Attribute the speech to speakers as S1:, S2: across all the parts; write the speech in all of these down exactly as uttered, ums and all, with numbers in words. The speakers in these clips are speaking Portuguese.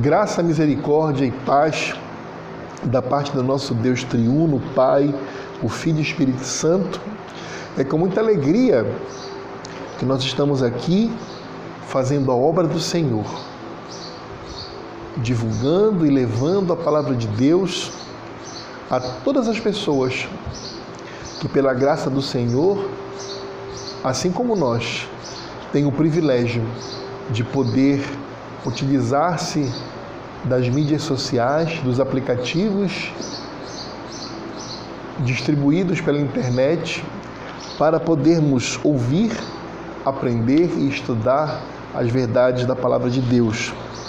S1: Graça, misericórdia e paz da parte do nosso Deus triuno, Pai, o Filho e o Espírito Santo. É com muita alegria que nós estamos aqui fazendo a obra do Senhor, divulgando e levando a palavra de Deus a todas as pessoas que, pela graça do Senhor, assim como nós, têm o privilégio de poder utilizar-se das mídias sociais, dos aplicativos distribuídos pela internet, para podermos ouvir, aprender e estudar as verdades da palavra de Deus.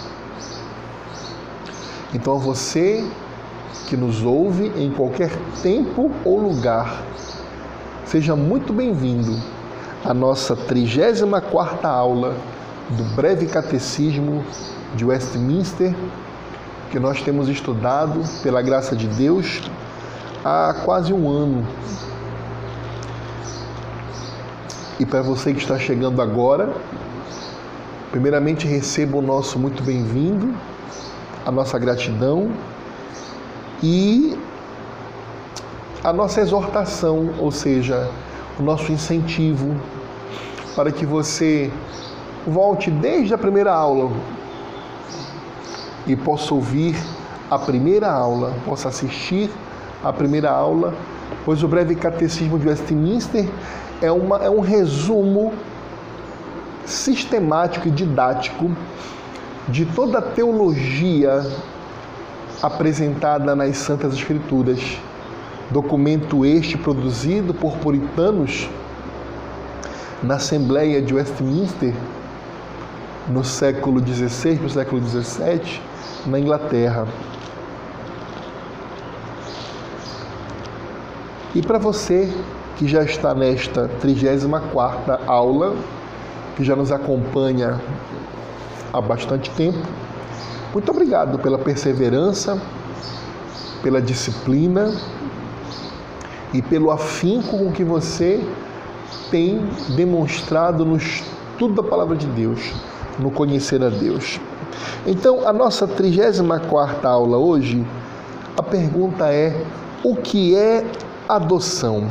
S1: Então, você que nos ouve em qualquer tempo ou lugar, seja muito bem-vindo à nossa trigésima quarta aula do breve catecismo de Westminster, que nós temos estudado, pela graça de Deus, há quase um ano. E para você que está chegando agora, primeiramente receba o nosso muito bem-vindo, a nossa gratidão e a nossa exortação, ou seja, o nosso incentivo para que você volte desde a primeira aula e possa ouvir a primeira aula, possa assistir a primeira aula, pois o breve catecismo de Westminster é, uma, é um resumo sistemático e didático de toda a teologia apresentada nas Santas Escrituras. Documento este produzido por puritanos na Assembleia de Westminster no século dezesseis, no século dezessete, na Inglaterra. E para você que já está nesta trigésima quarta aula, que já nos acompanha há bastante tempo, muito obrigado pela perseverança, pela disciplina e pelo afinco com que você tem demonstrado no estudo da palavra de Deus, no conhecer a Deus. Então, a nossa trigésima quarta aula hoje, a pergunta é: o que é adoção?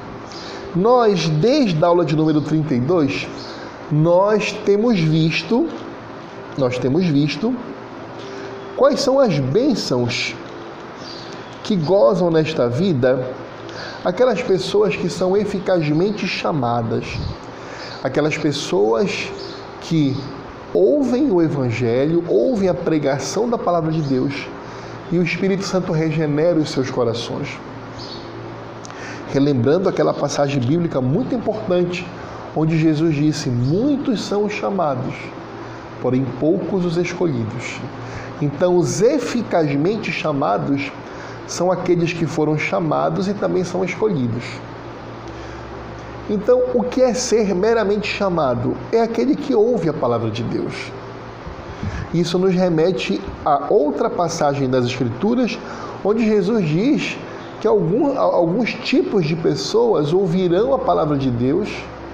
S1: Nós, desde a aula de número trinta e dois, nós temos visto, nós temos visto quais são as bênçãos que gozam nesta vida aquelas pessoas que são eficazmente chamadas, aquelas pessoas que ouvem o Evangelho, ouvem a pregação da palavra de Deus e o Espírito Santo regenera os seus corações. Relembrando aquela passagem bíblica muito importante, onde Jesus disse: muitos são os chamados, porém poucos os escolhidos. Então, os eficazmente chamados são aqueles que foram chamados e também são escolhidos. Então, o que é ser meramente chamado? É aquele que ouve a palavra de Deus. Isso nos remete a outra passagem das Escrituras, onde Jesus diz que algum, alguns tipos de pessoas ouvirão a palavra de Deus,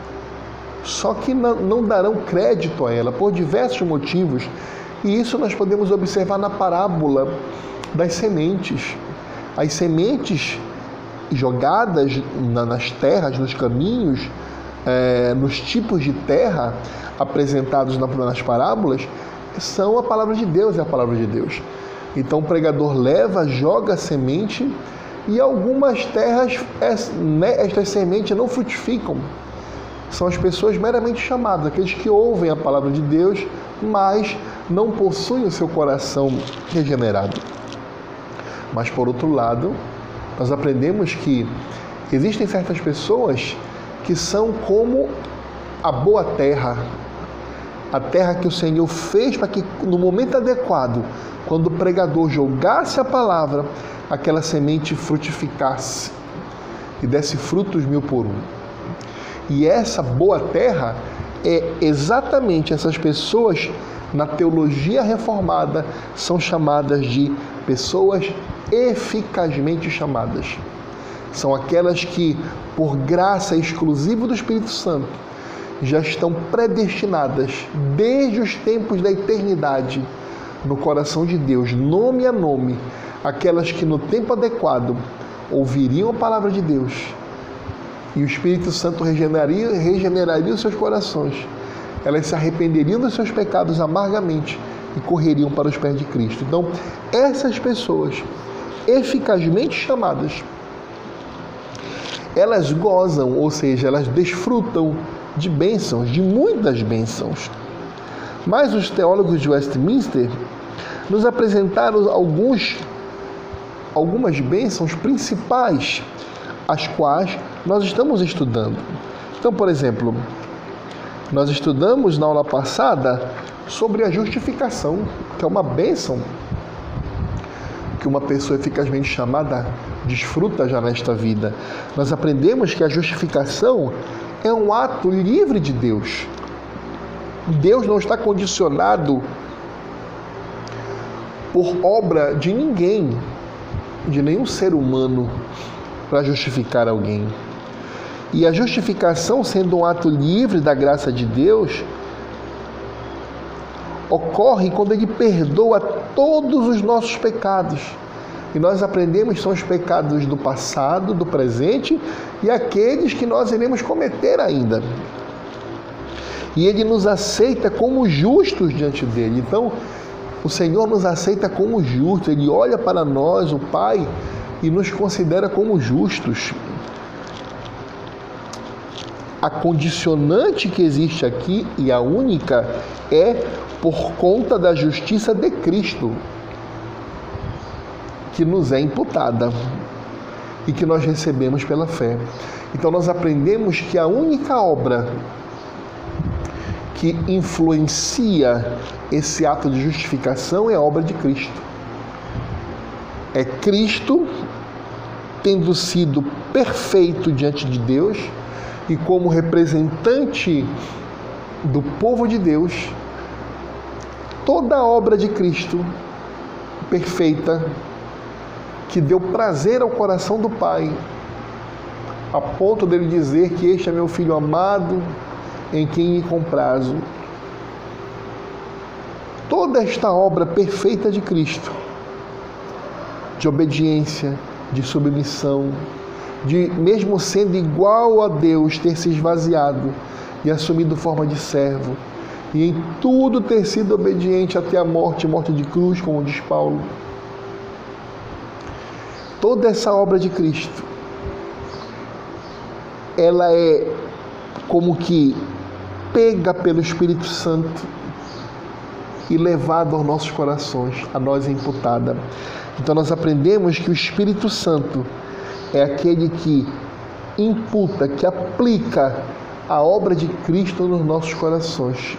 S1: só que não, não darão crédito a ela, por diversos motivos. E isso nós podemos observar na parábola das sementes. As sementes jogadas nas terras, nos caminhos, é, nos tipos de terra apresentados nas parábolas, são a palavra de Deus, é a palavra de Deus. Então o pregador leva, joga a semente e algumas terras, estas sementes não frutificam. São as pessoas meramente chamadas, aqueles que ouvem a palavra de Deus, mas não possuem o seu coração regenerado. Mas por outro lado, nós aprendemos que existem certas pessoas que são como a boa terra, a terra que o Senhor fez para que no momento adequado, quando o pregador jogasse a palavra, aquela semente frutificasse e desse frutos mil por um. E essa boa terra é exatamente essas pessoas, na teologia reformada, são chamadas de pessoas eficazmente chamadas. São aquelas que, por graça exclusiva do Espírito Santo, já estão predestinadas desde os tempos da eternidade no coração de Deus, nome a nome, aquelas que no tempo adequado ouviriam a palavra de Deus e o Espírito Santo regeneraria, regeneraria os seus corações, elas se arrependeriam dos seus pecados amargamente e correriam para os pés de Cristo. Então, essas pessoas eficazmente chamadas, elas gozam, ou seja, elas desfrutam de bênçãos, de muitas bênçãos. Mas os teólogos de Westminster nos apresentaram alguns, algumas bênçãos principais, as quais nós estamos estudando. Então, por exemplo, nós estudamos na aula passada sobre a justificação, que é uma bênção que uma pessoa eficazmente chamada desfruta já nesta vida. Nós aprendemos que a justificação é um ato livre de Deus. Deus não está condicionado por obra de ninguém, de nenhum ser humano, para justificar alguém. E a justificação, sendo um ato livre da graça de Deus, ocorre quando Ele perdoa todos os nossos pecados. E nós aprendemos que são os pecados do passado, do presente e aqueles que nós iremos cometer ainda. E Ele nos aceita como justos diante dEle. Então, o Senhor nos aceita como justos. Ele olha para nós, o Pai, e nos considera como justos. A condicionante que existe aqui, e a única, é por conta da justiça de Cristo, que nos é imputada e que nós recebemos pela fé. Então nós aprendemos que a única obra que influencia esse ato de justificação é a obra de Cristo. É Cristo tendo sido perfeito diante de Deus e como representante do povo de Deus, toda a obra de Cristo perfeita, que deu prazer ao coração do Pai, a ponto dele dizer que este é meu filho amado, em quem me comprazo. Toda esta obra perfeita de Cristo, de obediência, de submissão, de, mesmo sendo igual a Deus, ter se esvaziado e assumido forma de servo, e em tudo ter sido obediente até a morte, morte de cruz, como diz Paulo. Toda essa obra de Cristo, ela é como que pega pelo Espírito Santo e levada aos nossos corações, a nós é imputada. Então nós aprendemos que o Espírito Santo é aquele que imputa, que aplica a obra de Cristo nos nossos corações.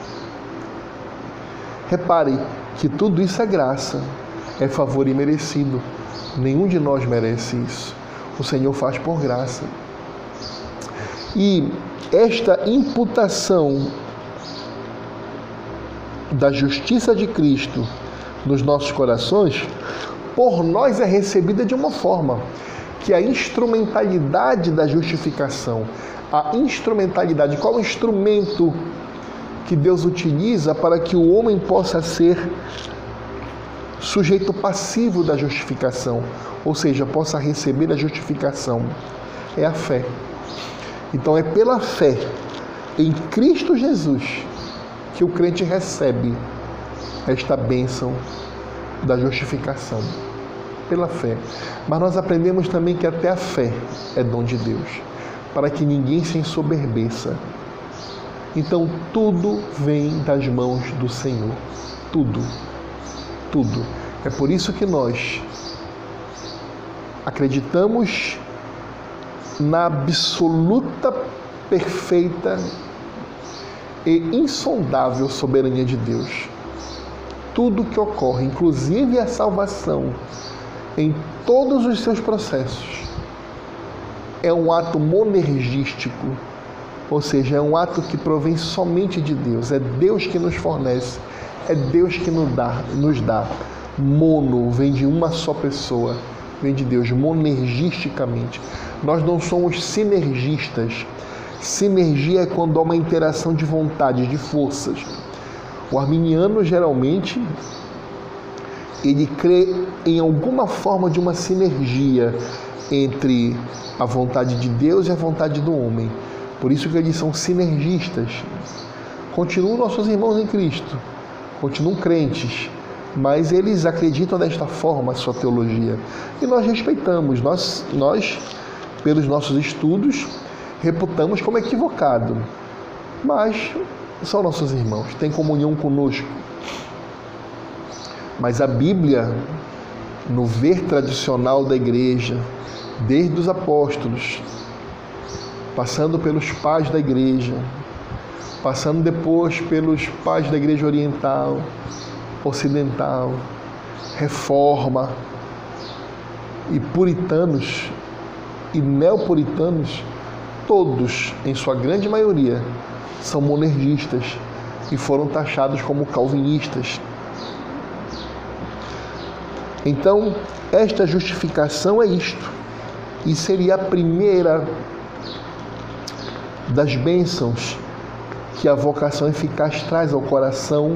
S1: Repare que tudo isso é graça, é favor imerecido. Nenhum de nós merece isso. O Senhor faz por graça. E esta imputação da justiça de Cristo nos nossos corações, por nós é recebida de uma forma que a instrumentalidade da justificação, a instrumentalidade, qual o instrumento que Deus utiliza para que o homem possa ser sujeito passivo da justificação, ou seja, possa receber a justificação, é a fé. Então é pela fé em Cristo Jesus que o crente recebe esta bênção da justificação, pela fé. Mas nós aprendemos também que até a fé é dom de Deus, para que ninguém se ensoberbeça. Então tudo vem das mãos do Senhor, tudo, tudo. É por isso que nós acreditamos na absoluta, perfeita e insondável soberania de Deus. Tudo que ocorre, inclusive a salvação, em todos os seus processos, é um ato monergístico, ou seja, é um ato que provém somente de Deus. É Deus que nos fornece, é Deus que nos dá. Nos dá. Mono vem de uma só pessoa, vem de Deus, monergisticamente. Nós não somos sinergistas. Sinergia é quando há uma interação de vontades, de forças. O arminiano geralmente ele crê em alguma forma de uma sinergia entre a vontade de Deus e a vontade do homem. Por isso que eles são sinergistas. Continuam nossos irmãos em Cristo, continuam crentes, mas eles acreditam desta forma a sua teologia. E nós respeitamos, nós, nós pelos nossos estudos, reputamos como equivocado. Mas são nossos irmãos, têm comunhão conosco. Mas a Bíblia, no ver tradicional da igreja, desde os apóstolos, passando pelos pais da igreja, passando depois pelos pais da igreja oriental, ocidental, reforma, e puritanos e neopuritanos, todos, em sua grande maioria, são monergistas e foram taxados como calvinistas. Então, esta justificação é isto, e seria a primeira das bênçãos que a vocação eficaz traz ao coração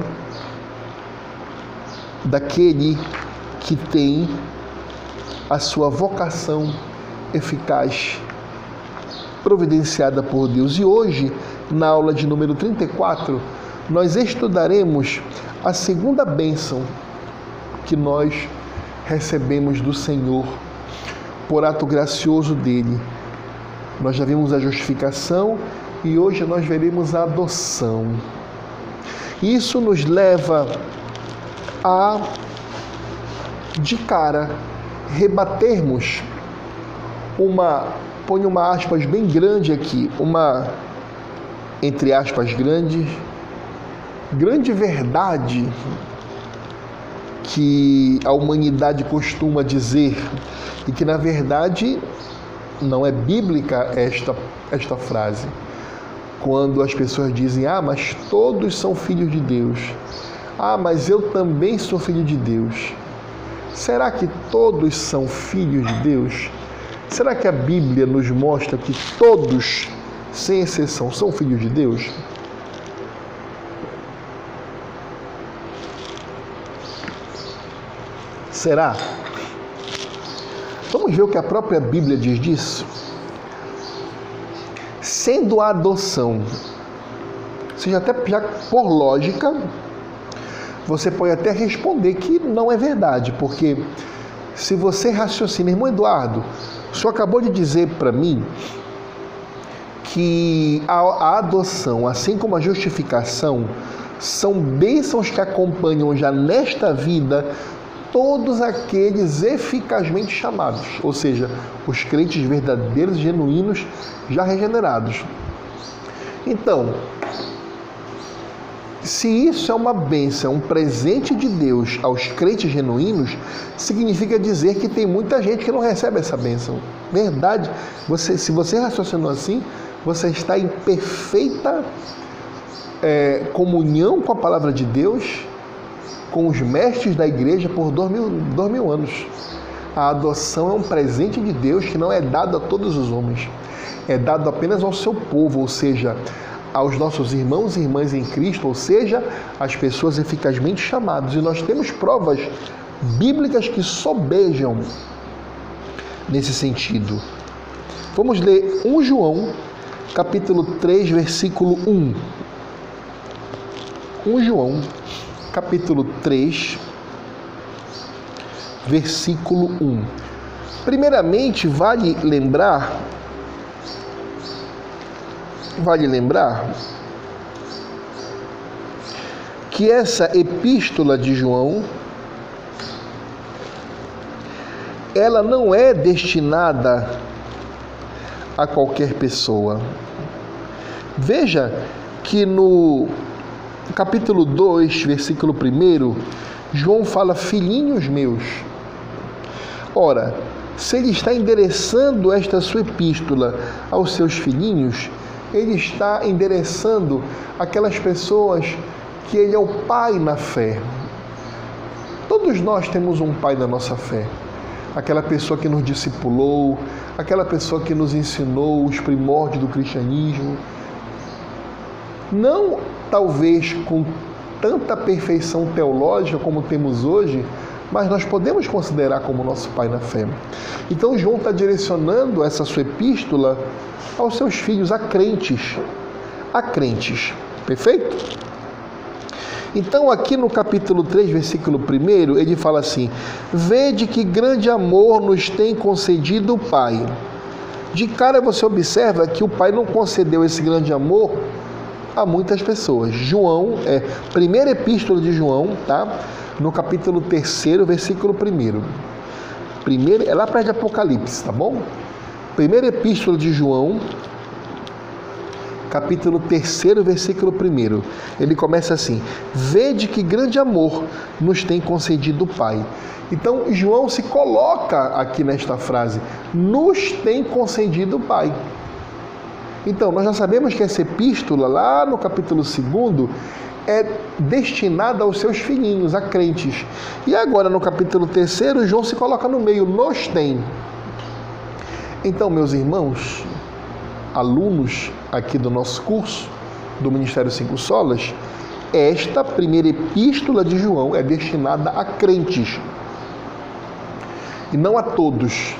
S1: daquele que tem a sua vocação eficaz providenciada por Deus. E hoje, na aula de número trinta e quatro, nós estudaremos a segunda bênção que nós recebemos do Senhor por ato gracioso dele. Nós já vimos a justificação e hoje nós veremos a adoção. Isso nos leva a, de cara, rebatermos uma, ponho uma aspas bem grande aqui, uma, entre aspas, grande, grande verdade que a humanidade costuma dizer e que, na verdade, não é bíblica esta, esta frase. Quando as pessoas dizem, ah, mas todos são filhos de Deus. Ah, mas eu também sou filho de Deus. Será que todos são filhos de Deus? Será que a Bíblia nos mostra que todos, sem exceção, são filhos de Deus? Será? Vamos ver o que a própria Bíblia diz disso? Sendo a adoção, seja até já por lógica, você pode até responder que não é verdade, porque se você raciocina, irmão Eduardo, o senhor acabou de dizer para mim que a, a adoção, assim como a justificação, são bênçãos que acompanham já nesta vida todos aqueles eficazmente chamados, ou seja, os crentes verdadeiros e genuínos já regenerados. Então, se isso é uma bênção, um presente de Deus aos crentes genuínos, significa dizer que tem muita gente que não recebe essa bênção. Verdade, você, se você raciocinou assim, você está em perfeita é, comunhão com a palavra de Deus, com os mestres da igreja por dois mil, dois mil anos. A adoção é um presente de Deus que não é dado a todos os homens. É dado apenas ao seu povo, ou seja, aos nossos irmãos e irmãs em Cristo, ou seja, às pessoas eficazmente chamadas. E nós temos provas bíblicas que sobejam nesse sentido. Vamos ler Primeiro João, capítulo três, versículo um. Primeiro João, capítulo três, versículo um. Primeiramente, vale lembrar, vale lembrar que essa epístola de João, ela não é destinada a qualquer pessoa. Veja que no capítulo dois, versículo um, João fala, filhinhos meus. Ora, se ele está endereçando esta sua epístola aos seus filhinhos, ele está endereçando aquelas pessoas que ele é o pai na fé. Todos nós temos um pai na nossa fé. Aquela pessoa que nos discipulou, aquela pessoa que nos ensinou os primórdios do cristianismo. Não talvez com tanta perfeição teológica como temos hoje, mas nós podemos considerar como nosso pai na fé. Então João está direcionando essa sua epístola aos seus filhos, a crentes, a crentes, perfeito? Então aqui no capítulo três, versículo um, ele fala assim: vede que grande amor nos tem concedido o Pai. De cara você observa que o Pai não concedeu esse grande amor a muitas pessoas. João, é primeira epístola de João, tá? No capítulo três, versículo um. Primeiro, é lá perto de Apocalipse, tá bom? Primeira epístola de João, capítulo três, versículo um. Ele começa assim: vede que grande amor nos tem concedido o Pai. Então, João se coloca aqui nesta frase: nos tem concedido o Pai. Então, nós já sabemos que essa epístola, lá no capítulo dois, é destinada aos seus filhinhos, a crentes. E agora, no capítulo três, João se coloca no meio: nos tem. Então, meus irmãos, alunos aqui do nosso curso, do Ministério Cinco Solas, esta primeira epístola de João é destinada a crentes e não a todos.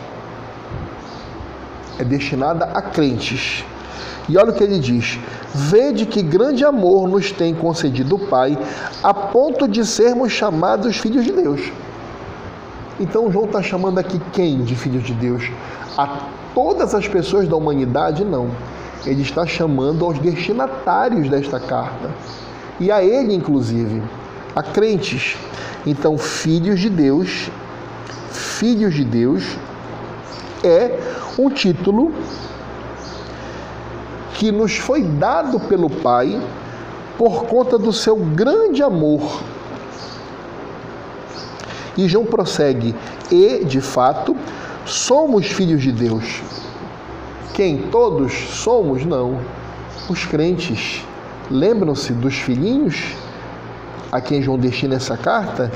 S1: É destinada a crentes. E olha o que ele diz: vede que grande amor nos tem concedido o Pai, a ponto de sermos chamados filhos de Deus. Então João está chamando aqui quem de filhos de Deus? A todas as pessoas da humanidade? Não. Ele está chamando aos destinatários desta carta. E a ele, inclusive, a crentes. Então, filhos de Deus, filhos de Deus, é um título que nos foi dado pelo Pai por conta do seu grande amor. E João prossegue: e, de fato, somos filhos de Deus. Quem? Todos somos? Não. Os crentes. Lembram-se dos filhinhos a quem João destina essa carta?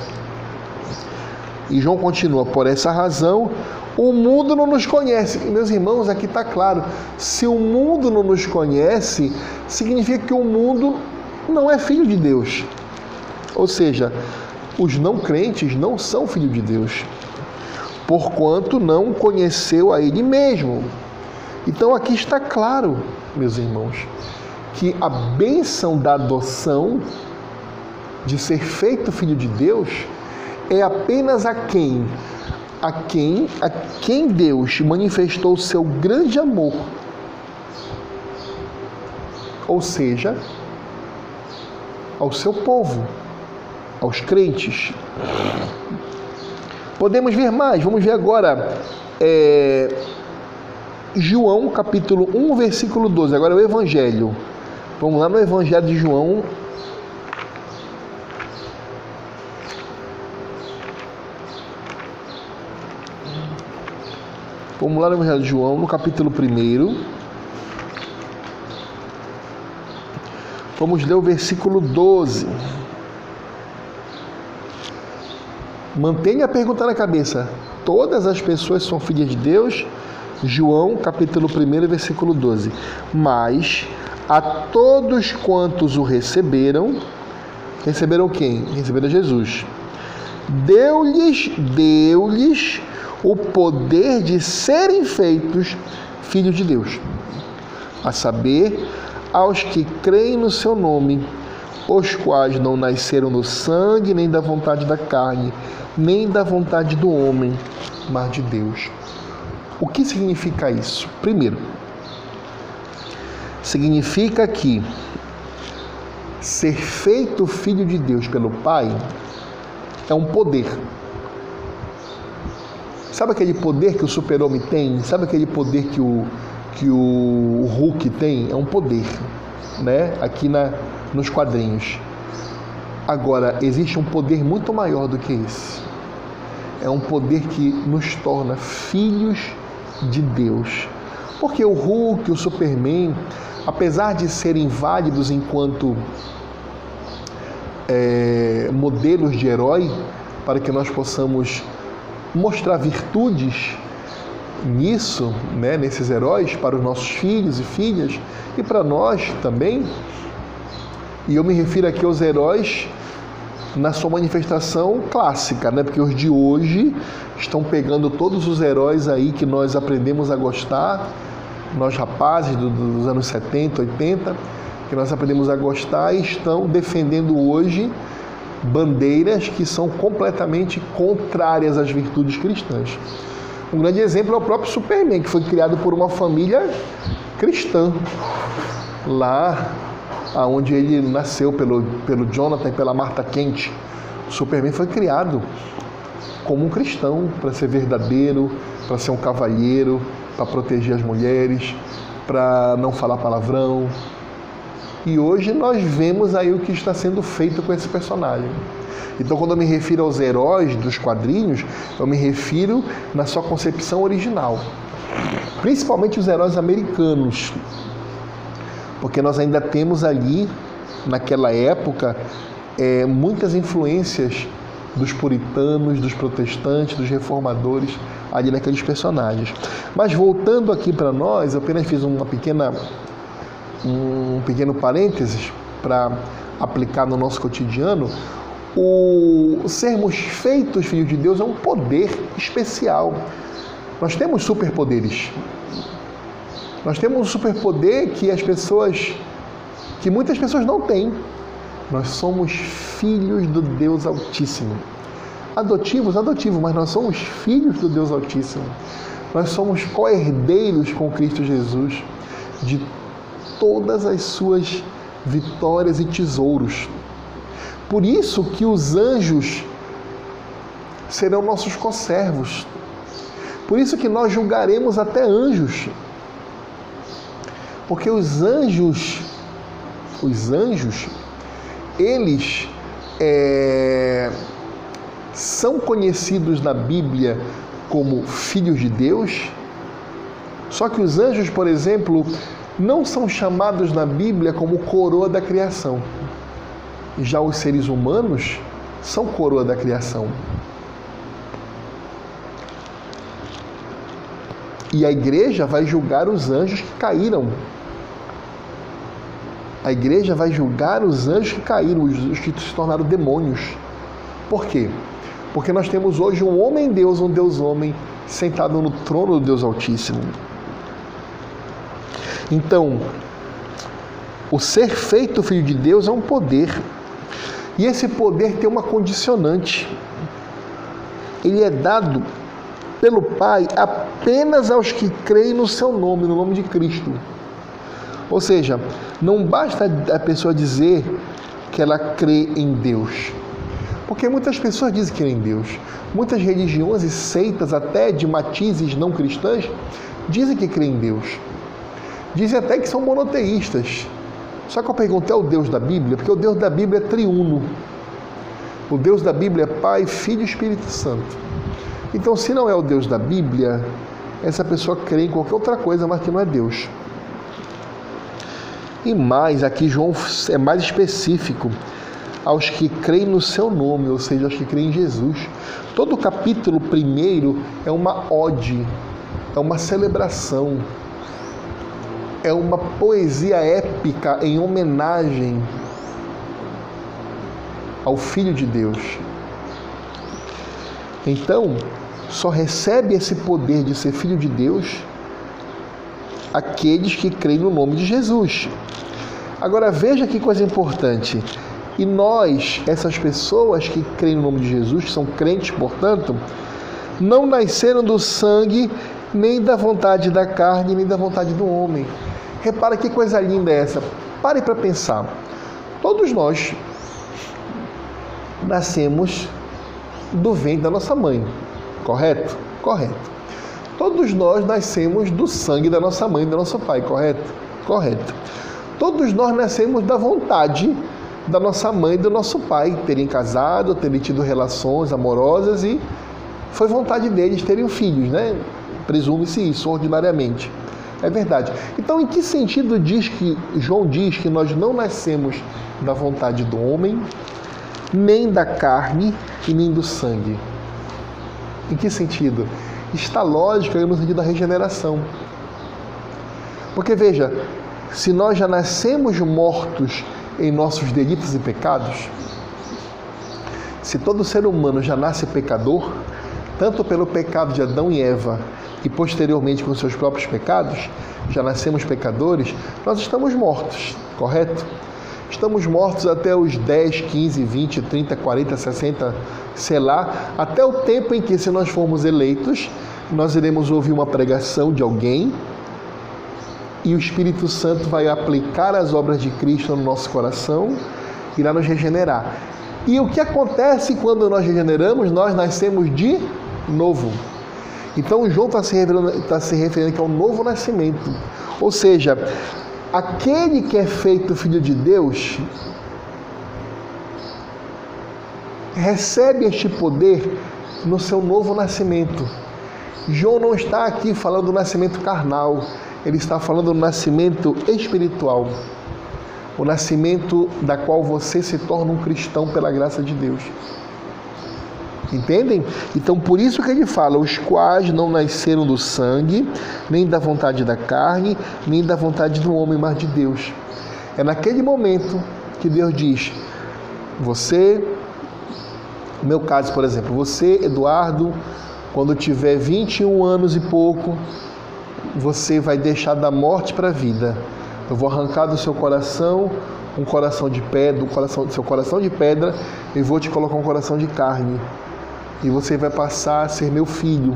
S1: E João continua: por essa razão, o mundo não nos conhece. E, meus irmãos, aqui está claro: se o mundo não nos conhece, significa que o mundo não é filho de Deus. Ou seja, os não crentes não são filhos de Deus, porquanto não conheceu a Ele mesmo. Então aqui está claro, meus irmãos, que a bênção da adoção, de ser feito filho de Deus, é apenas a quem? A quem, a quem Deus manifestou o seu grande amor. Ou seja, ao seu povo, aos crentes. Podemos ver mais, vamos ver agora é, João capítulo um, versículo doze, agora é o Evangelho. Vamos lá no Evangelho de João. Vamos lá no Evangelho de João, no capítulo um. Vamos ler o versículo doze. Mantenha a pergunta na cabeça: todas as pessoas são filhas de Deus? João, capítulo um, versículo doze. Mas a todos quantos o receberam, receberam quem? Receberam Jesus. Deu-lhes, deu-lhes o poder de serem feitos filhos de Deus, a saber, aos que creem no seu nome, os quais não nasceram do sangue, nem da vontade da carne, nem da vontade do homem, mas de Deus. O que significa isso? Primeiro, significa que ser feito filho de Deus pelo Pai é um poder. Sabe aquele poder que o super-homem tem? Sabe aquele poder que o, que o Hulk tem? É um poder, né? Aqui na, nos quadrinhos. Agora, existe um poder muito maior do que esse. É um poder que nos torna filhos de Deus. Porque o Hulk, o Superman, apesar de serem válidos enquanto é, modelos de herói, para que nós possamos mostrar virtudes nisso, né, nesses heróis, para os nossos filhos e filhas, e para nós também, e eu me refiro aqui aos heróis na sua manifestação clássica, né? Porque os de hoje estão pegando todos os heróis aí que nós aprendemos a gostar, nós rapazes do, dos anos setenta, oitenta, que nós aprendemos a gostar e estão defendendo hoje bandeiras que são completamente contrárias às virtudes cristãs. Um grande exemplo é o próprio Superman, que foi criado por uma família cristã, lá onde ele nasceu, pelo, pelo Jonathan e pela Martha Kent. O Superman foi criado como um cristão, para ser verdadeiro, para ser um cavalheiro, para proteger as mulheres, para não falar palavrão. E hoje nós vemos aí o que está sendo feito com esse personagem. Então, quando eu me refiro aos heróis dos quadrinhos, eu me refiro na sua concepção original. Principalmente os heróis americanos. Porque nós ainda temos ali, naquela época, é, muitas influências dos puritanos, dos protestantes, dos reformadores, ali naqueles personagens. Mas voltando aqui para nós, eu apenas fiz uma pequena, um pequeno parênteses para aplicar no nosso cotidiano. O sermos feitos filhos de Deus é um poder especial. Nós temos superpoderes. Nós temos um superpoder que as pessoas, que muitas pessoas não têm. Nós somos filhos do Deus Altíssimo. Adotivos, adotivos, mas nós somos filhos do Deus Altíssimo. Nós somos co-herdeiros com Cristo Jesus de todas as suas vitórias e tesouros. Por isso que os anjos serão nossos conservos. Por isso que nós julgaremos até anjos. Porque os anjos, os anjos, eles é, são conhecidos na Bíblia como filhos de Deus. Só que os anjos, por exemplo, não são chamados na Bíblia como coroa da criação. Já os seres humanos são coroa da criação. E a igreja vai julgar os anjos que caíram. A igreja vai julgar os anjos que caíram, os que se tornaram demônios. Por quê? Porque nós temos hoje um homem-deus, um Deus-homem, sentado no trono do Deus Altíssimo. Então, o ser feito filho de Deus é um poder. E esse poder tem uma condicionante. Ele é dado pelo Pai apenas aos que creem no seu nome, no nome de Cristo. Ou seja, não basta a pessoa dizer que ela crê em Deus. Porque muitas pessoas dizem que creem em Deus. Muitas religiões e seitas, até de matizes não cristãs, dizem que creem em Deus. Dizem até que são monoteístas. Só que eu perguntei ao Deus da Bíblia, porque o Deus da Bíblia é triuno. O Deus da Bíblia é Pai, Filho e Espírito Santo. Então, se não é o Deus da Bíblia, essa pessoa crê em qualquer outra coisa, mas que não é Deus. E mais, aqui João é mais específico, aos que creem no seu nome, ou seja, aos que creem em Jesus. Todo o capítulo primeiro é uma ode, é uma celebração, é uma poesia épica em homenagem ao Filho de Deus. Então, só recebe esse poder de ser filho de Deus aqueles que creem no nome de Jesus. Agora veja que coisa importante. E nós, essas pessoas que creem no nome de Jesus, que são crentes, portanto, não nasceram do sangue, nem da vontade da carne, nem da vontade do homem. Repara que coisa linda é essa. Pare para pensar. Todos nós nascemos do ventre da nossa mãe, correto? Correto. Todos nós nascemos do sangue da nossa mãe e do nosso pai, correto? Correto. Todos nós nascemos da vontade da nossa mãe e do nosso pai terem casado, terem tido relações amorosas e foi vontade deles terem filhos, né? Presume-se isso ordinariamente. É verdade. Então, em que sentido diz que João diz que nós não nascemos da vontade do homem, nem da carne e nem do sangue? Em que sentido? Está lógica no sentido da regeneração. Porque veja, se nós já nascemos mortos em nossos delitos e pecados, se todo ser humano já nasce pecador, tanto pelo pecado de Adão e Eva e posteriormente com seus próprios pecados, já nascemos pecadores, nós estamos mortos, correto? Estamos mortos até os dez, quinze, vinte, trinta, quarenta, sessenta, sei lá, até o tempo em que, se nós formos eleitos, nós iremos ouvir uma pregação de alguém e o Espírito Santo vai aplicar as obras de Cristo no nosso coração e irá nos regenerar. E o que acontece quando nós regeneramos? Nós nascemos de novo. Então João está se referindo, está se referindo aqui ao novo nascimento. Ou seja, aquele que é feito filho de Deus recebe este poder no seu novo nascimento. João não está aqui falando do nascimento carnal, ele está falando do nascimento espiritual, o nascimento da qual você se torna um cristão pela graça de Deus. Entendem? Então, por isso que ele fala, os quais não nasceram do sangue, nem da vontade da carne, nem da vontade do homem, mas de Deus. É naquele momento que Deus diz, você, no meu caso, por exemplo, você, Eduardo, quando tiver vinte e um anos e pouco, você vai deixar da morte para a vida. Eu vou arrancar do seu coração um coração de pedra, um coração, do seu coração de pedra, e vou te colocar um coração de carne. E você vai passar a ser meu filho.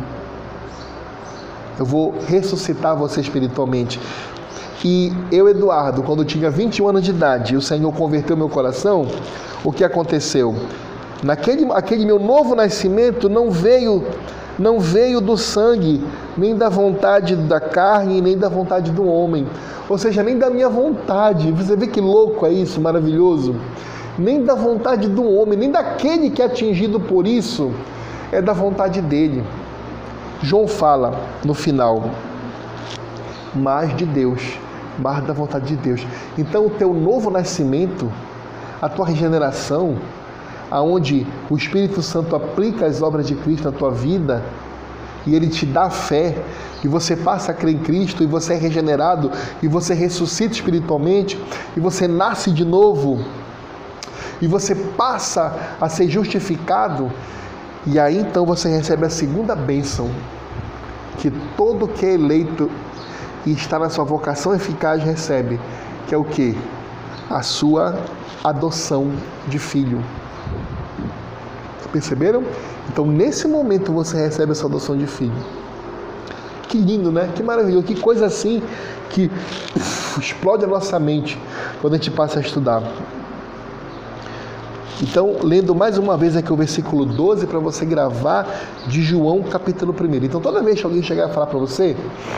S1: Eu vou ressuscitar você espiritualmente. E eu, Eduardo, quando tinha vinte e um anos de idade, o Senhor converteu meu coração, o que aconteceu? Naquele aquele meu novo nascimento não veio, não veio do sangue, nem da vontade da carne, nem da vontade do homem. Ou seja, nem da minha vontade. Você vê que louco é isso, maravilhoso? Nem da vontade do homem, nem daquele que é atingido por isso, é da vontade dele. João fala no final, mais de Deus, mais da vontade de Deus. Então o teu novo nascimento, a tua regeneração, aonde o Espírito Santo aplica as obras de Cristo na tua vida, e ele te dá fé, e você passa a crer em Cristo, e você é regenerado, e você ressuscita espiritualmente, e você nasce de novo, e você passa a ser justificado, e aí então você recebe a segunda bênção, que todo que é eleito e está na sua vocação eficaz recebe, que é o quê? A sua adoção de filho. Perceberam? Então nesse momento você recebe essa adoção de filho. Que lindo, né? Que maravilhoso, que coisa assim que uf, explode a nossa mente quando a gente passa a estudar. Então, lendo mais uma vez aqui o versículo doze para você gravar de João capítulo primeiro. Então, toda vez que alguém chegar a falar para você,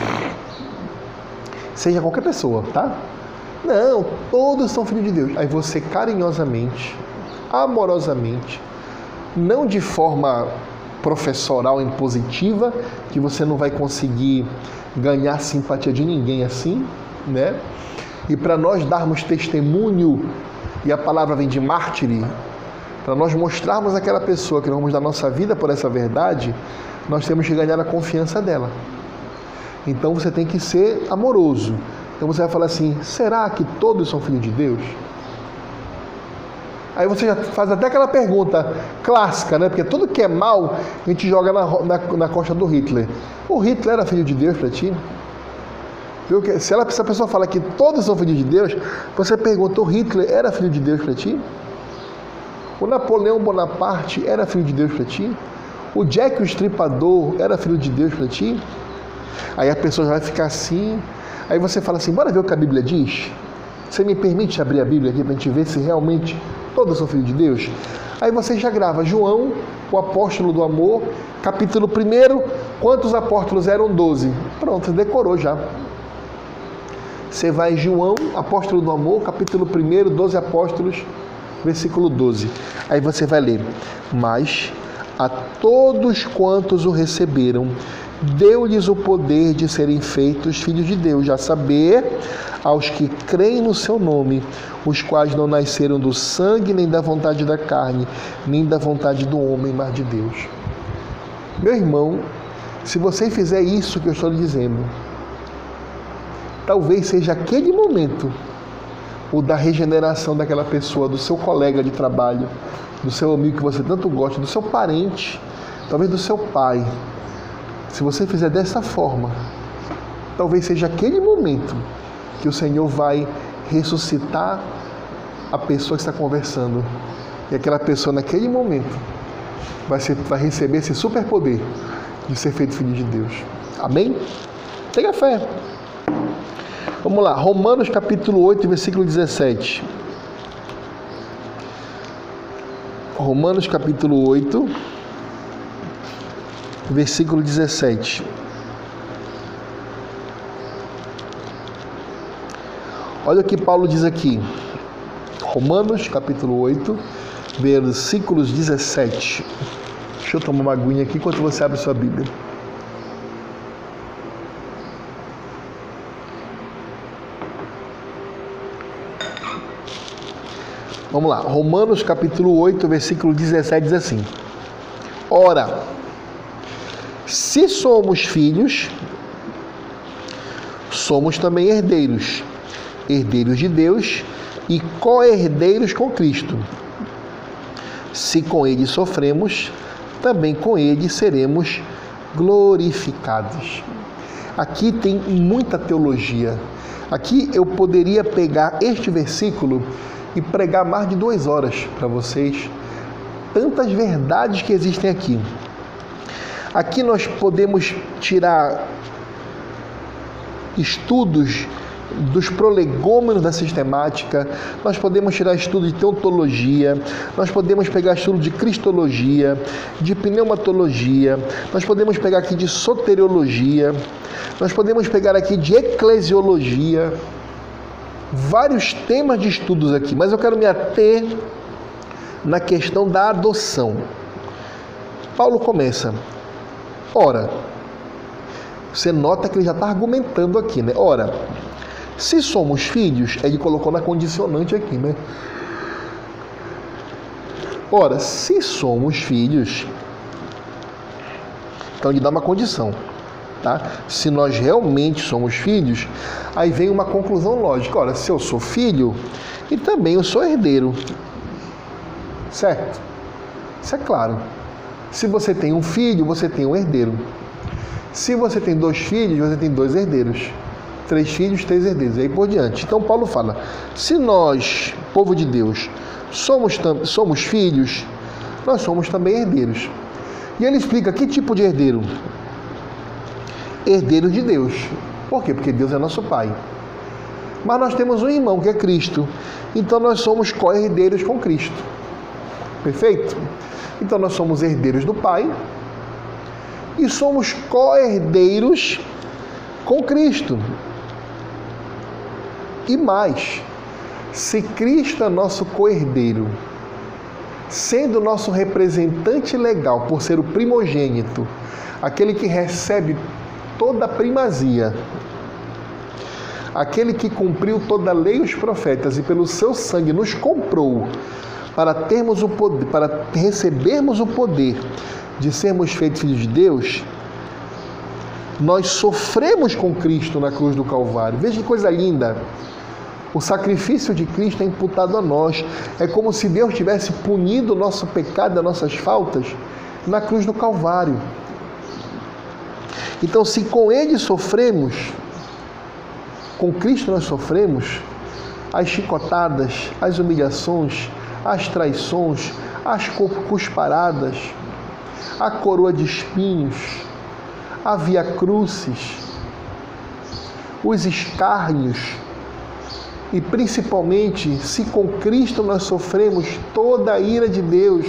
S1: seja qualquer pessoa, tá? Não, todos são filhos de Deus. Aí você carinhosamente, amorosamente, não de forma professoral impositiva, que você não vai conseguir ganhar simpatia de ninguém assim, né? E para nós darmos testemunho, e a palavra vem de mártire, para nós mostrarmos àquela pessoa que nós vamos dar nossa vida por essa verdade, nós temos que ganhar a confiança dela. Então você tem que ser amoroso. Então você vai falar assim, será que todos são filhos de Deus? Aí você já faz até aquela pergunta clássica, né? Porque tudo que é mal, a gente joga na, na, na costa do Hitler. O Hitler era filho de Deus para ti? Se, ela, se a pessoa fala que todos são filhos de Deus, você pergunta, o Hitler era filho de Deus para ti? O Napoleão Bonaparte era filho de Deus para ti? O Jack o Estripador era filho de Deus para ti? Aí a pessoa já vai ficar assim. Aí você fala assim, bora ver o que a Bíblia diz? Você me permite abrir a Bíblia aqui para a gente ver se realmente todos são filhos de Deus? Aí você já grava João, o apóstolo do amor, capítulo primeiro, quantos apóstolos eram? doze. Pronto, decorou já. Você vai em João, apóstolo do amor, capítulo primeiro, doze apóstolos, versículo doze. Aí você vai ler, mas a todos quantos o receberam, deu-lhes o poder de serem feitos filhos de Deus, a saber, aos que creem no seu nome, os quais não nasceram do sangue, nem da vontade da carne, nem da vontade do homem, mas de Deus. Meu irmão, se você fizer isso que eu estou lhe dizendo, talvez seja aquele momento ou da regeneração daquela pessoa, do seu colega de trabalho, do seu amigo que você tanto gosta, do seu parente, talvez do seu pai. Se você fizer dessa forma, talvez seja aquele momento que o Senhor vai ressuscitar a pessoa que está conversando. E aquela pessoa, naquele momento, vai, ser, vai receber esse superpoder de ser feito filho de Deus. Amém? Tenha fé. Vamos lá, Romanos capítulo oito, versículo dezessete. Romanos capítulo oito, versículo dezessete. Olha o que Paulo diz aqui. Romanos capítulo oito, versículos dezessete. Deixa eu tomar uma aguinha aqui enquanto você abre sua Bíblia. Vamos lá, Romanos capítulo oito, versículo dezessete diz assim: Ora, se somos filhos, somos também herdeiros, herdeiros de Deus e co-herdeiros com Cristo. Se com Ele sofremos, também com Ele seremos glorificados. Aqui tem muita teologia. Aqui eu poderia pegar este versículo e pregar mais de duas horas para vocês. Tantas verdades que existem aqui. Aqui nós podemos tirar estudos dos prolegômenos da sistemática, nós podemos tirar estudo de teontologia, nós podemos pegar estudo de cristologia, de pneumatologia, nós podemos pegar aqui de soteriologia, nós podemos pegar aqui de eclesiologia, vários temas de estudos aqui, mas eu quero me ater na questão da adoção. Paulo começa, ora, você nota que ele já está argumentando aqui, né? Ora, se somos filhos, ele colocou na condicionante aqui, né? Ora, se somos filhos, então ele dá uma condição, tá? Se nós realmente somos filhos, aí vem uma conclusão lógica. Ora, se eu sou filho, e também eu sou herdeiro, certo? Isso é claro. Se você tem um filho, você tem um herdeiro. Se você tem dois filhos, você tem dois herdeiros. Três filhos, três herdeiros, e aí por diante. Então Paulo fala, se nós, povo de Deus, somos, somos filhos, nós somos também herdeiros. E ele explica que tipo de herdeiro? Herdeiro de Deus. Por quê? Porque Deus é nosso Pai. Mas nós temos um irmão que é Cristo. Então nós somos co-herdeiros com Cristo. Perfeito? Então nós somos herdeiros do Pai e somos co-herdeiros com Cristo. E mais, se Cristo é nosso co-herdeiro, sendo nosso representante legal por ser o primogênito, aquele que recebe toda a primazia, aquele que cumpriu toda a lei e os profetas e pelo seu sangue nos comprou para termos o poder, para recebermos o poder de sermos feitos filhos de Deus, nós sofremos com Cristo na cruz do Calvário. Veja que coisa linda! O sacrifício de Cristo é imputado a nós. É como se Deus tivesse punido o nosso pecado, as nossas faltas, na cruz do Calvário. Então, se com Ele sofremos, com Cristo nós sofremos, as chicotadas, as humilhações, as traições, as cusparadas, a coroa de espinhos, a via crucis, os escárnios, e principalmente, se com Cristo nós sofremos toda a ira de Deus,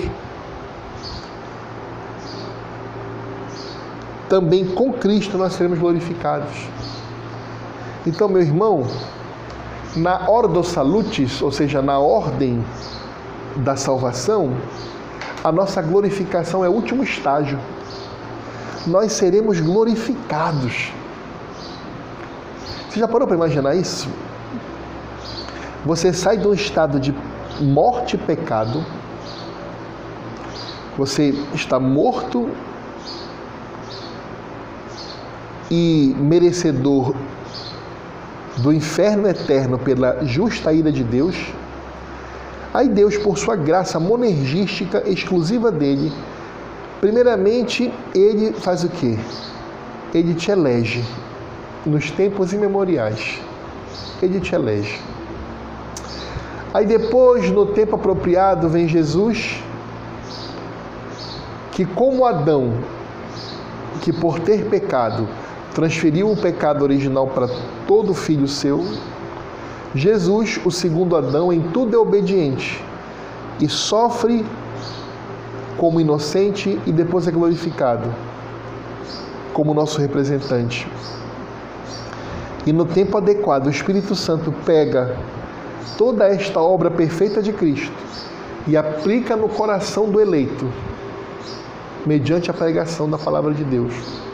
S1: também com Cristo nós seremos glorificados. Então, meu irmão, na ordo salutis, ou seja, na ordem da salvação, a nossa glorificação é o último estágio. Nós seremos glorificados. Você já parou para imaginar isso? Você sai de um estado de morte e pecado, você está morto e merecedor do inferno eterno pela justa ira de Deus, aí Deus, por sua graça monergística exclusiva dele, primeiramente, ele faz o quê? Ele te elege nos tempos imemoriais. Ele te elege. Aí depois, no tempo apropriado, vem Jesus, que como Adão, que por ter pecado, transferiu o pecado original para todo filho seu, Jesus, o segundo Adão, em tudo é obediente e sofre como inocente e depois é glorificado como nosso representante. E no tempo adequado, o Espírito Santo pega toda esta obra perfeita de Cristo e aplica no coração do eleito, mediante a pregação da palavra de Deus.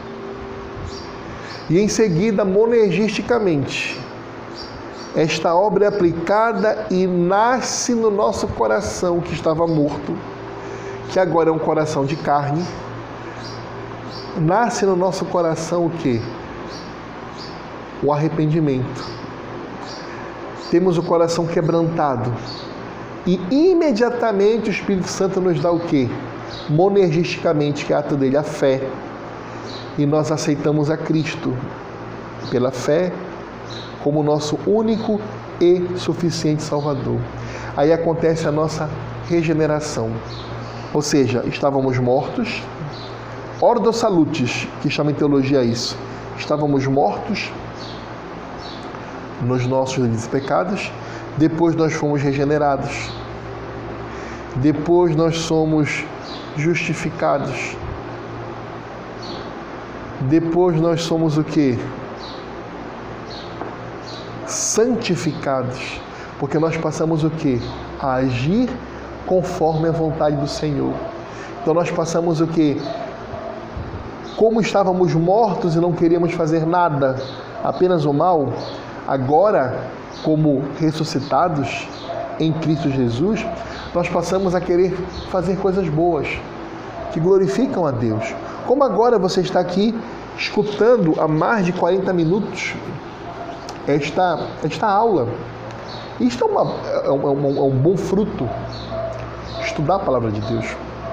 S1: E em seguida, monergisticamente, esta obra é aplicada e nasce no nosso coração que estava morto, que agora é um coração de carne. Nasce no nosso coração o quê? O arrependimento. Temos o coração quebrantado. E imediatamente o Espírito Santo nos dá o quê? Monergisticamente, que é ato dele, a fé. E nós aceitamos a Cristo pela fé como nosso único e suficiente Salvador. Aí acontece a nossa regeneração. Ou seja, estávamos mortos, ordo salutis, que chama em teologia isso. Estávamos mortos nos nossos pecados, depois nós fomos regenerados. Depois nós somos justificados. Depois nós somos o quê? Santificados. Porque nós passamos o quê? A agir conforme a vontade do Senhor. Então nós passamos o quê? Como estávamos mortos e não queríamos fazer nada, apenas o mal, agora, como ressuscitados em Cristo Jesus, nós passamos a querer fazer coisas boas, que glorificam a Deus. Como agora você está aqui escutando há mais de quarenta minutos esta, esta aula. Isto é, uma, é, um, é um bom fruto, estudar a palavra de Deus.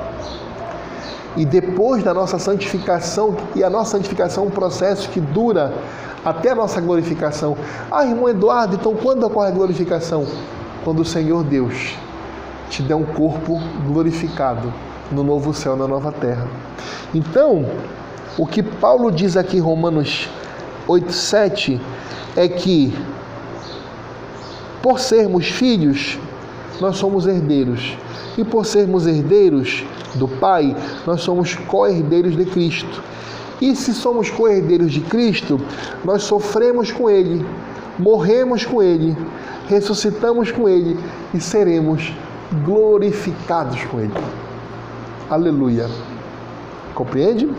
S1: E depois da nossa santificação, e a nossa santificação é um processo que dura até a nossa glorificação. Ah, irmão Eduardo, então quando ocorre a glorificação? Quando o Senhor Deus te der um corpo glorificado no novo céu, na nova terra. Então, o que Paulo diz aqui em Romanos oito, sete, é que por sermos filhos, nós somos herdeiros. E por sermos herdeiros do Pai, nós somos co-herdeiros de Cristo. E se somos co-herdeiros de Cristo, nós sofremos com Ele, morremos com Ele, ressuscitamos com Ele e seremos glorificados com Ele. Aleluia. Compreende?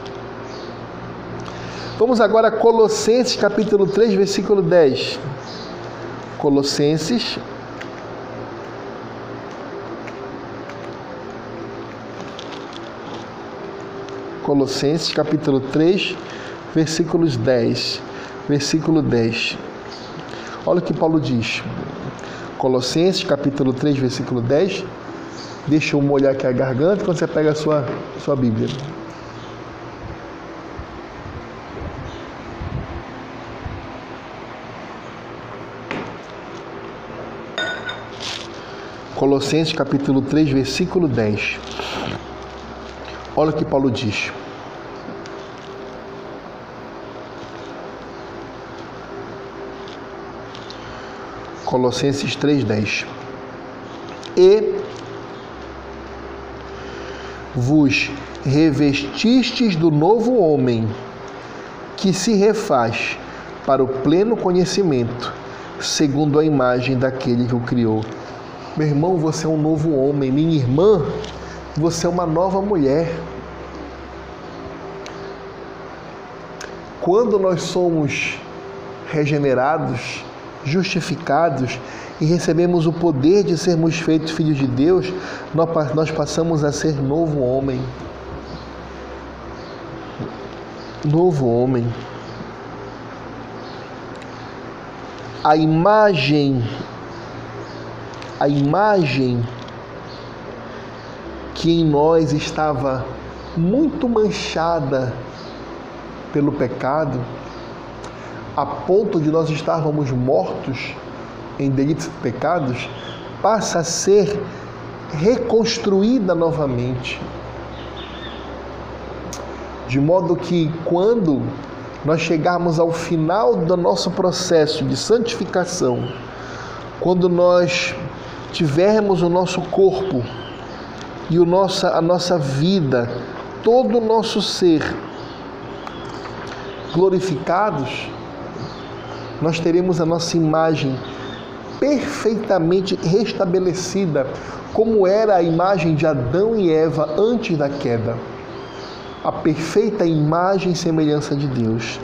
S1: Vamos agora a Colossenses capítulo três, versículo dez. Colossenses Colossenses capítulo três, versículos dez. Versículo dez. Olha o que Paulo diz. Colossenses capítulo três, versículo dez. Deixa eu molhar aqui a garganta quando você pega a sua, sua Bíblia. Colossenses capítulo três, versículo dez. Olha o que Paulo diz. Colossenses três, dez. E vos revestistes do novo homem, que se refaz para o pleno conhecimento, segundo a imagem daquele que o criou. Meu irmão, você é um novo homem. Minha irmã, você é uma nova mulher. Quando nós somos regenerados, justificados e recebemos o poder de sermos feitos filhos de Deus, nós passamos a ser novo homem. Novo homem. a imagem, a imagem que em nós estava muito manchada pelo pecado, a ponto de nós estarmos mortos em delitos e pecados, passa a ser reconstruída novamente. De modo que quando nós chegarmos ao final do nosso processo de santificação, quando nós tivermos o nosso corpo e o nossa, a nossa vida, todo o nosso ser glorificados, nós teremos a nossa imagem perfeitamente restabelecida, como era a imagem de Adão e Eva antes da queda. A perfeita imagem e semelhança de Deus.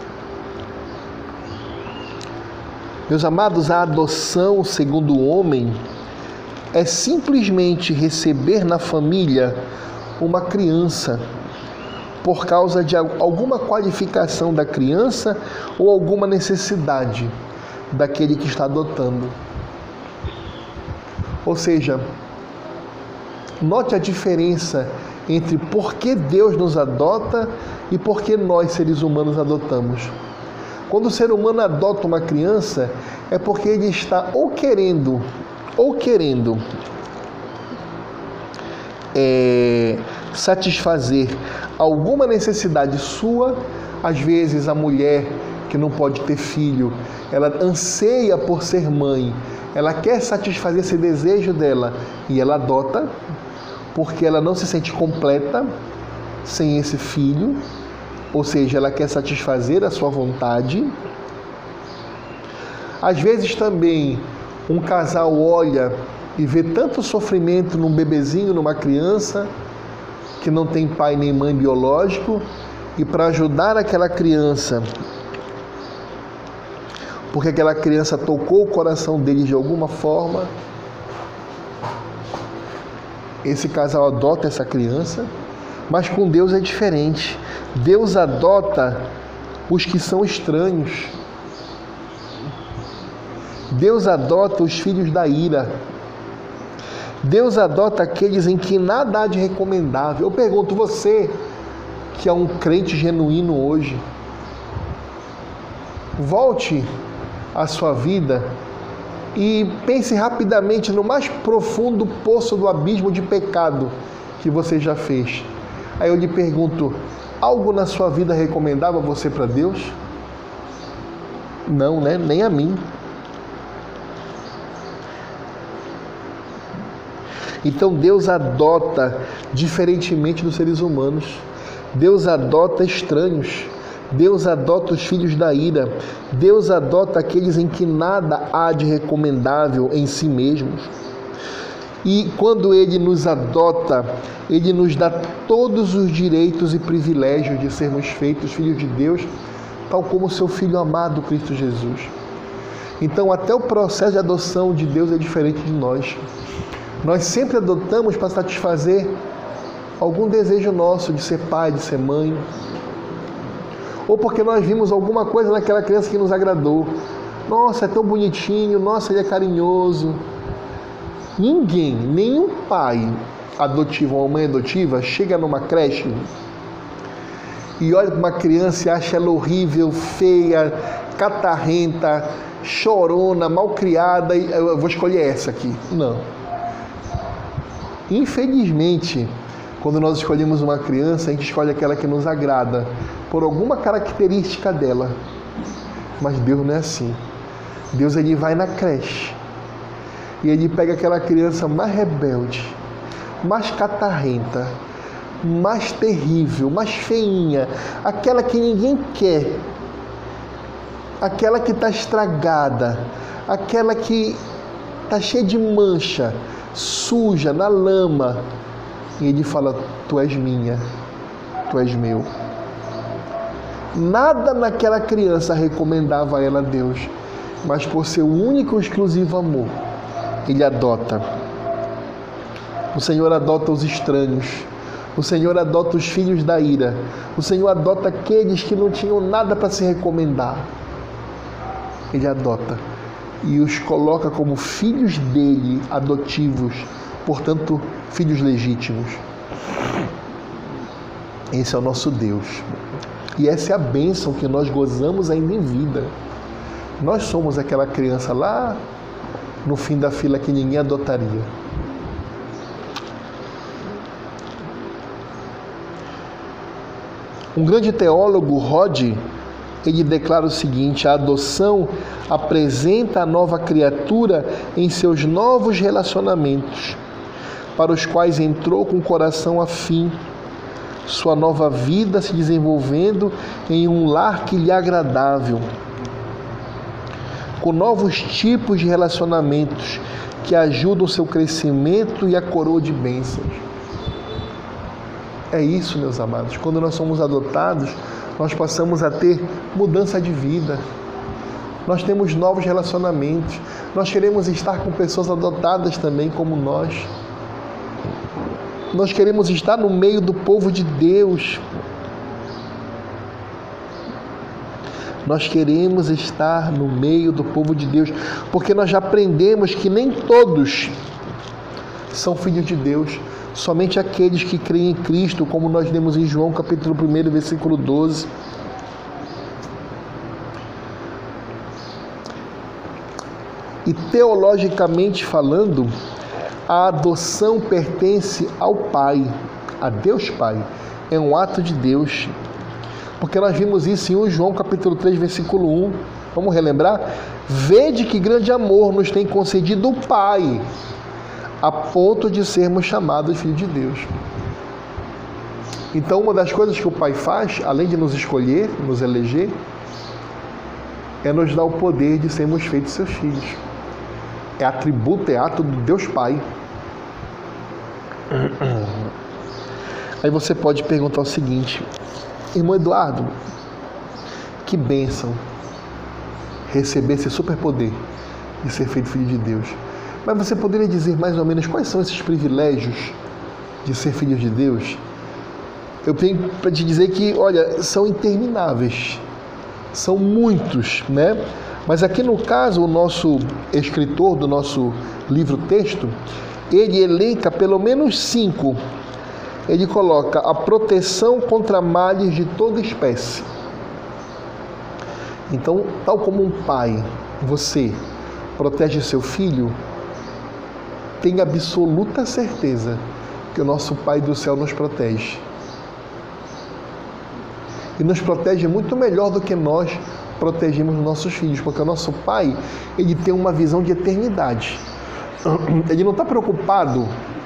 S1: Meus amados, a adoção segundo o homem é simplesmente receber na família uma criança por causa de alguma qualificação da criança ou alguma necessidade daquele que está adotando. Ou seja, note a diferença entre por que Deus nos adota e por que nós, seres humanos, adotamos. Quando o ser humano adota uma criança, é porque ele está ou querendo, ou querendo é, satisfazer alguma necessidade sua. Às vezes a mulher que não pode ter filho, ela anseia por ser mãe, ela quer satisfazer esse desejo dela e ela adota, porque ela não se sente completa sem esse filho, ou seja, ela quer satisfazer a sua vontade. Às vezes também um casal olha e vê tanto sofrimento num bebezinho, numa criança, que não tem pai nem mãe biológico, e para ajudar aquela criança, porque aquela criança tocou o coração deles de alguma forma, esse casal adota essa criança. Mas com Deus é diferente. Deus adota os que são estranhos. Deus adota os filhos da ira. Deus adota aqueles em que nada há de recomendável. Eu pergunto, você que é um crente genuíno hoje, volte à sua vida e pense rapidamente no mais profundo poço do abismo de pecado que você já fez. Aí eu lhe pergunto, algo na sua vida recomendava você para Deus? Não, né? Nem a mim. Então Deus adota diferentemente dos seres humanos. Deus adota estranhos. Deus adota os filhos da ira. Deus adota aqueles em que nada há de recomendável em si mesmos. E quando Ele nos adota, Ele nos dá todos os direitos e privilégios de sermos feitos filhos de Deus, tal como o seu Filho amado, Cristo Jesus. Então, até o processo de adoção de Deus é diferente de nós. Nós sempre adotamos para satisfazer algum desejo nosso de ser pai, de ser mãe, ou porque nós vimos alguma coisa naquela criança que nos agradou. Nossa, é tão bonitinho, nossa, ele é carinhoso. Ninguém, nenhum pai adotivo ou mãe adotiva chega numa creche e olha para uma criança e acha ela horrível, feia, catarrenta, chorona, malcriada, e eu vou escolher essa aqui. Não. Infelizmente, quando nós escolhemos uma criança, a gente escolhe aquela que nos agrada, por alguma característica dela. Mas Deus não é assim. Deus, ele vai na creche e ele pega aquela criança mais rebelde, mais catarrenta, mais terrível, mais feinha, aquela que ninguém quer, aquela que está estragada, aquela que está cheia de mancha, suja, na lama. E ele fala, tu és minha, tu és meu. Nada naquela criança recomendava a ela a Deus, mas por seu único e exclusivo amor, Ele adota. O Senhor adota os estranhos. O Senhor adota os filhos da ira. O Senhor adota aqueles que não tinham nada para se recomendar. Ele adota. e os coloca como filhos dele, adotivos, portanto, filhos legítimos. Esse é o nosso Deus. E essa é a bênção que nós gozamos ainda em vida. Nós somos aquela criança lá no fim da fila que ninguém adotaria. Um grande teólogo, Rod, ele declara o seguinte: a adoção apresenta a nova criatura em seus novos relacionamentos, para os quais entrou com o coração afim, sua nova vida se desenvolvendo em um lar que lhe é agradável, com novos tipos de relacionamentos que ajudam o seu crescimento e a coroa de bênçãos. É isso, meus amados. Quando nós somos adotados, nós passamos a ter mudança de vida. Nós temos novos relacionamentos. Nós queremos estar com pessoas adotadas também como nós. Nós queremos estar no meio do povo de Deus. Nós queremos estar no meio do povo de Deus, porque nós já aprendemos que nem todos são filhos de Deus, somente aqueles que creem em Cristo, como nós lemos em João capítulo um, versículo doze. E teologicamente falando, a adoção pertence ao Pai, a Deus Pai. É um ato de Deus. Porque nós vimos isso em João capítulo três, versículo um. Vamos relembrar? Vede que grande amor nos tem concedido o Pai, a ponto de sermos chamados filhos de Deus. Então, uma das coisas que o Pai faz, além de nos escolher, nos eleger, é nos dar o poder de sermos feitos seus filhos. É atributo, é ato do Deus Pai. Aí você pode perguntar o seguinte: irmão Eduardo, que bênção receber esse superpoder de ser feito filho de Deus. Mas você poderia dizer mais ou menos quais são esses privilégios de ser filho de Deus? Eu tenho para te dizer que, olha, são intermináveis. São muitos, né? Mas aqui no caso, o nosso escritor do nosso livro-texto, ele elenca pelo menos cinco. Ele coloca a proteção contra males de toda espécie. Então, tal como um pai, você protege seu filho, tenha absoluta certeza que o nosso Pai do céu nos protege. E nos protege muito melhor do que nós protegemos os nossos filhos, porque o nosso Pai, ele tem uma visão de eternidade. Ele não está preocupado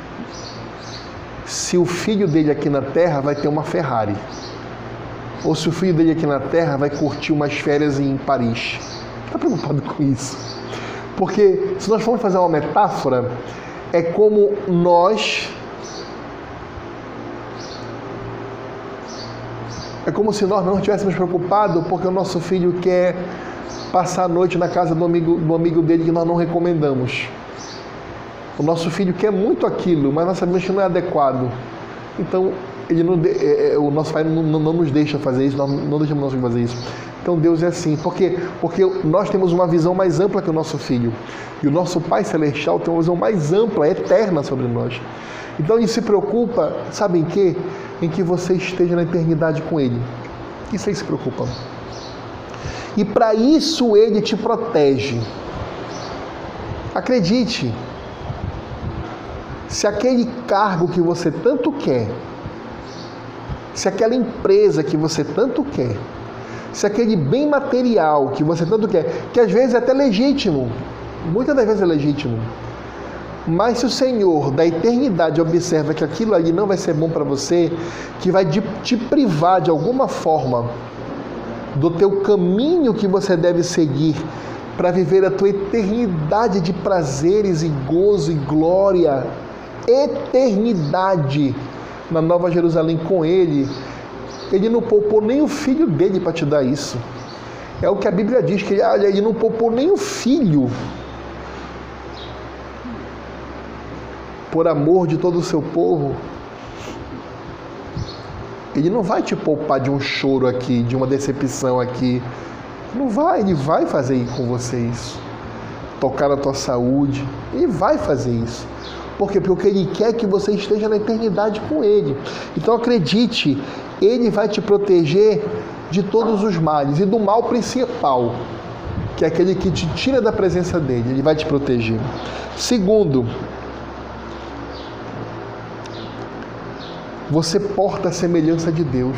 S1: se o filho dele aqui na terra vai ter uma Ferrari, ou se o filho dele aqui na terra vai curtir umas férias em Paris. Não está preocupado com isso. Porque se nós formos fazer uma metáfora, é como nós... É como se nós não estivéssemos preocupados porque o nosso filho quer passar a noite na casa do amigo, do amigo dele que nós não recomendamos. O nosso filho quer muito aquilo, mas nós sabemos que não é adequado. Então, ele não, é, o nosso pai não, não, não nos deixa fazer isso, nós não deixamos nós fazer isso. Então, Deus é assim. Por quê? Porque nós temos uma visão mais ampla que o nosso filho. E o nosso Pai Celestial tem uma visão mais ampla, eterna sobre nós. Então, ele se preocupa, sabe em quê? Em que você esteja na eternidade com Ele. Isso aí se preocupa. E para isso Ele te protege. Acredite, se aquele cargo que você tanto quer, se aquela empresa que você tanto quer, se aquele bem material que você tanto quer, que às vezes é até legítimo, muitas das vezes é legítimo, mas se o Senhor da eternidade observa que aquilo ali não vai ser bom para você, que vai te privar de alguma forma do teu caminho que você deve seguir para viver a tua eternidade de prazeres e gozo e glória, eternidade na Nova Jerusalém com Ele, Ele não poupou nem o filho dele para te dar isso. É o que a Bíblia diz, que ele, ele não poupou nem o filho por amor de todo o seu povo. Ele não vai te poupar de um choro aqui, de uma decepção aqui. Não vai, Ele vai fazer com você isso. tocar na tua saúde. Ele vai fazer isso. Por quê? Porque Ele quer que você esteja na eternidade com Ele. Então acredite, Ele vai te proteger de todos os males e do mal principal, que é aquele que te tira da presença dEle. Ele vai te proteger. Segundo, você porta a semelhança de Deus.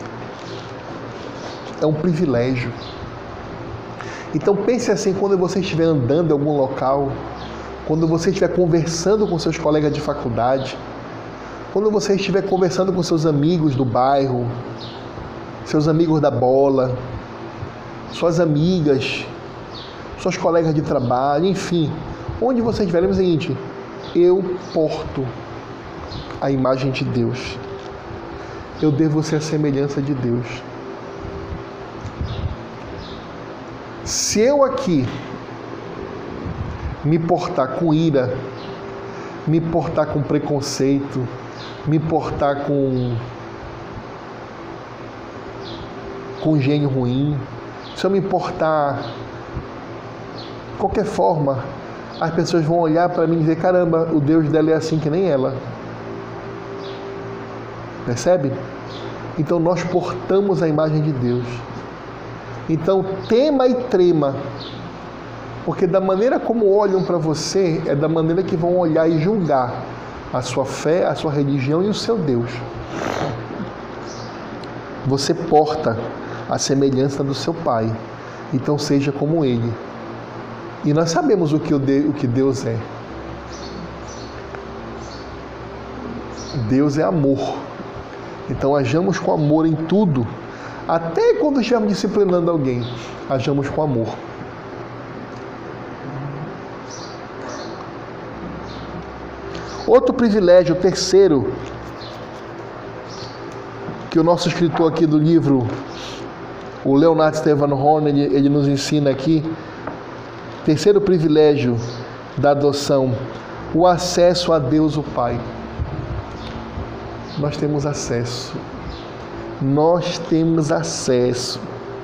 S1: É um privilégio. Então pense assim, quando você estiver andando em algum local, quando você estiver conversando com seus colegas de faculdade, quando você estiver conversando com seus amigos do bairro, seus amigos da bola, suas amigas, suas colegas de trabalho, enfim, onde você estiver, é o seguinte: eu porto a imagem de Deus. Eu devo ser a semelhança de Deus. Se eu aqui me portar com ira, me portar com preconceito, me portar com com gênio ruim, se eu me portar de qualquer forma, as pessoas vão olhar para mim e dizer: caramba, o Deus dela é assim que nem ela. Percebe? Então nós portamos a imagem de Deus. Então tema e trema, porque da maneira como olham para você, é da maneira que vão olhar e julgar a sua fé, a sua religião e o seu Deus. Você porta a semelhança do seu Pai, então seja como Ele. E nós sabemos o que, o que Deus é. Deus é amor. Então hajamos com amor em tudo. Até quando estivermos disciplinando alguém, hajamos com amor. Outro privilégio, terceiro, que o nosso escritor aqui do livro, o Leonard Stefan Horn, ele, ele nos ensina aqui, terceiro privilégio da adoção, o acesso a Deus o Pai. Nós temos acesso. Nós temos acesso.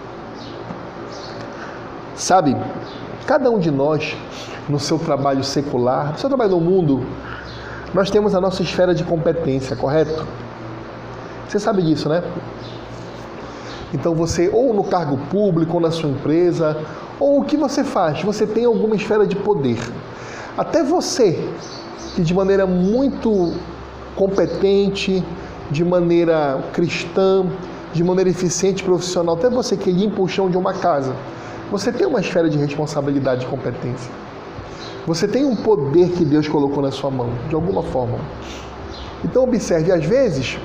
S1: Sabe, cada um de nós, no seu trabalho secular, no seu trabalho no mundo, nós temos a nossa esfera de competência, correto? Você sabe disso, né? Então você, ou no cargo público, ou na sua empresa, ou o que você faz, você tem alguma esfera de poder. Até você, que de maneira muito competente, de maneira cristã, de maneira eficiente, profissional, até você que limpa o chão de uma casa, você tem uma esfera de responsabilidade e competência. Você tem um poder que Deus colocou na sua mão, de alguma forma. Então observe, às vezes,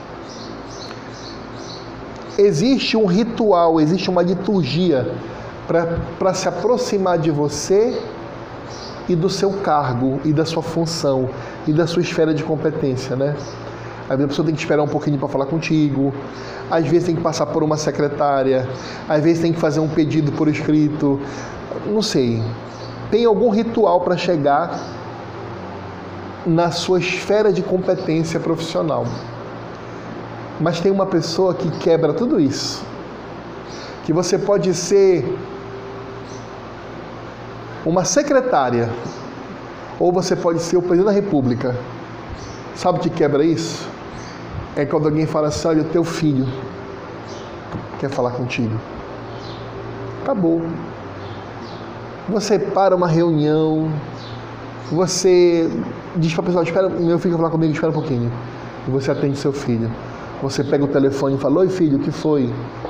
S1: existe um ritual, existe uma liturgia para se aproximar de você e do seu cargo, e da sua função, e da sua esfera de competência, né? Às vezes a pessoa tem que esperar um pouquinho para falar contigo, às vezes tem que passar por uma secretária, às vezes tem que fazer um pedido por escrito, não sei. Tem algum ritual para chegar na sua esfera de competência profissional. Mas tem uma pessoa que quebra tudo isso. Que você pode ser uma secretária, ou você pode ser o presidente da República. Sabe o que quebra isso? É quando alguém fala assim: olha, o teu filho quer falar contigo. Acabou. Você para uma reunião, você diz para a pessoa: espera, meu filho quer falar comigo, espera um pouquinho. E você atende seu filho. Você pega o telefone e fala: oi filho, o que foi?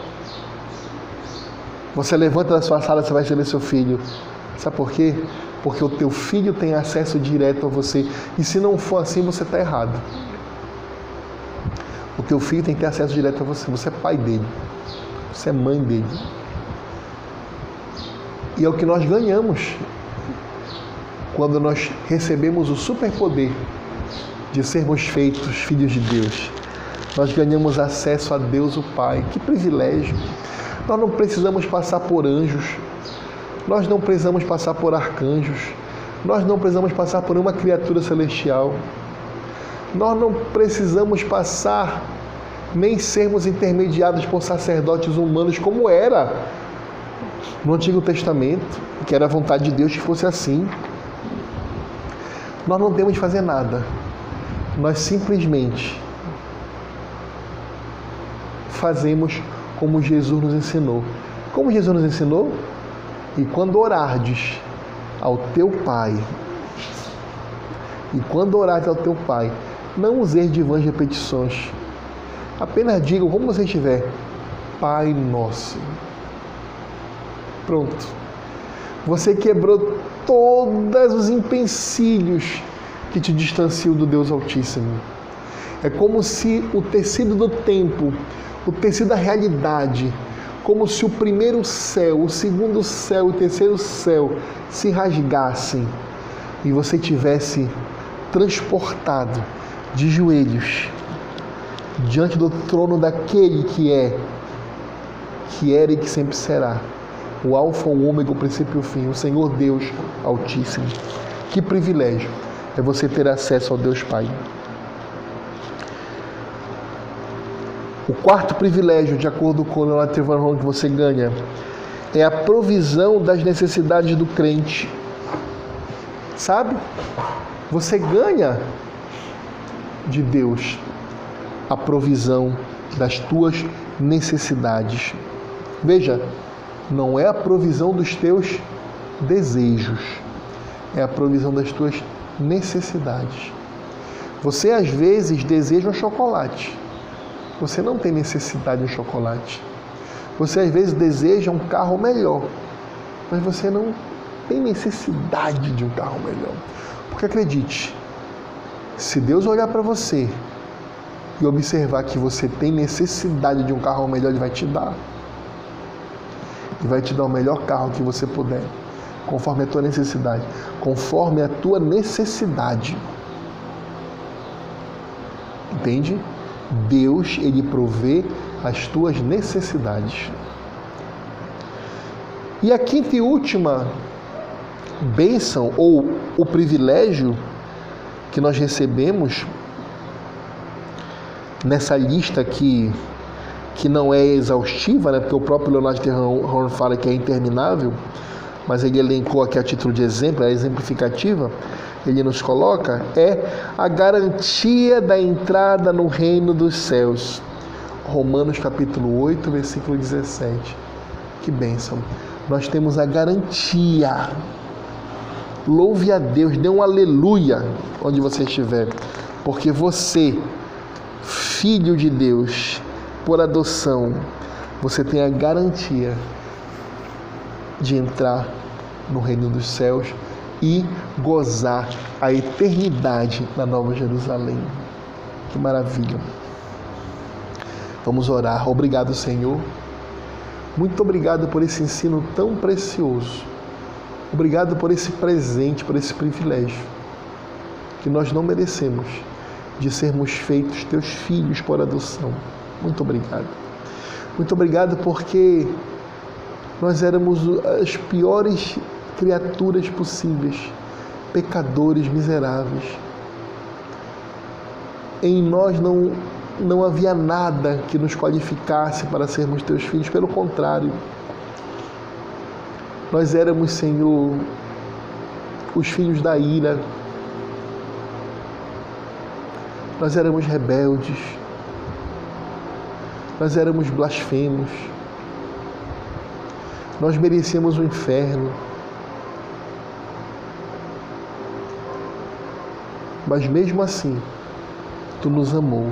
S1: Você levanta da sua sala, você vai receber seu filho. Sabe por quê? Porque o teu filho tem acesso direto a você. E se não for assim, você está errado. O teu filho tem que ter acesso direto a você. Você é pai dele. Você é mãe dele. E é o que nós ganhamos quando nós recebemos o superpoder de sermos feitos filhos de Deus. Nós ganhamos acesso a Deus o Pai. Que privilégio! Nós não precisamos passar por anjos. Nós não precisamos passar por arcanjos. Nós não precisamos passar por uma criatura celestial. Nós não precisamos passar nem sermos intermediados por sacerdotes humanos, como era No Antigo Testamento, que era a vontade de Deus que fosse assim, nós não temos de fazer nada. Nós simplesmente fazemos como Jesus nos ensinou. Como Jesus nos ensinou? E quando orardes ao teu Pai, e quando orardes ao teu Pai, não useis de vãs repetições. Apenas digam como você estiver: Pai Nosso. Pronto. Você quebrou todos os empecilhos que te distanciam do Deus Altíssimo. É como se o tecido do tempo, o tecido da realidade, como se o primeiro céu, o segundo céu e o terceiro céu se rasgassem e você tivesse transportado de joelhos diante do trono daquele que é, que era e que sempre será, o Alfa, o Ômega, o princípio e o fim, o Senhor Deus Altíssimo. Que privilégio é você ter acesso ao Deus Pai. O quarto privilégio, de acordo com o Leonardo Trevor, que você ganha, é a provisão das necessidades do crente. Sabe? Você ganha de Deus a provisão das tuas necessidades. Veja, não é a provisão dos teus desejos, é a provisão das tuas necessidades. Você às vezes deseja um chocolate. Você não tem necessidade de um chocolate. Você às vezes deseja um carro melhor, mas você não tem necessidade de um carro melhor. Porque acredite, se Deus olhar para você e observar que você tem necessidade de um carro melhor, Ele vai te dar. Ele vai te dar o melhor carro que você puder, conforme a tua necessidade. Conforme a tua necessidade. Entende? Deus, Ele provê as tuas necessidades. E a quinta e última bênção, ou o privilégio que nós recebemos nessa lista aqui, que não é exaustiva, né? Porque o próprio Leonardo Terran fala que é interminável, mas ele elencou aqui a título de exemplo, é exemplificativa, ele nos coloca, é a garantia da entrada no reino dos céus. Romanos capítulo oito, versículo dezessete. Que bênção! Nós temos a garantia. Louve a Deus, dê um aleluia onde você estiver, porque você, filho de Deus, por adoção, você tem a garantia de entrar no reino dos céus e gozar a eternidade na Nova Jerusalém. Que maravilha! Vamos orar. Obrigado, Senhor. Muito obrigado por esse ensino tão precioso. Obrigado por esse presente, por esse privilégio que nós não merecemos, de sermos feitos teus filhos por adoção. Muito obrigado. Muito obrigado porque nós éramos as piores criaturas possíveis, pecadores miseráveis. Em nós não, não havia nada que nos qualificasse para sermos teus filhos, pelo contrário. Nós éramos, Senhor, os filhos da ira. Nós éramos rebeldes. Nós éramos blasfemos. Nós merecíamos o inferno. Mas mesmo assim, Tu nos amou.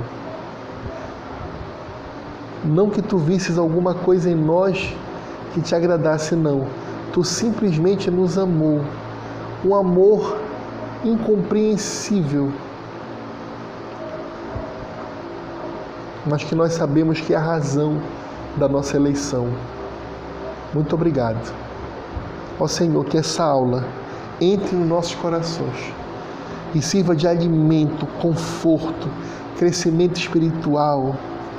S1: Não que Tu visses alguma coisa em nós que Te agradasse, não. Tu simplesmente nos amou. Um amor incompreensível. Mas que nós sabemos que é a razão da nossa eleição. Muito obrigado. Ó Senhor, que essa aula entre nos nossos corações e sirva de alimento, conforto, crescimento espiritual,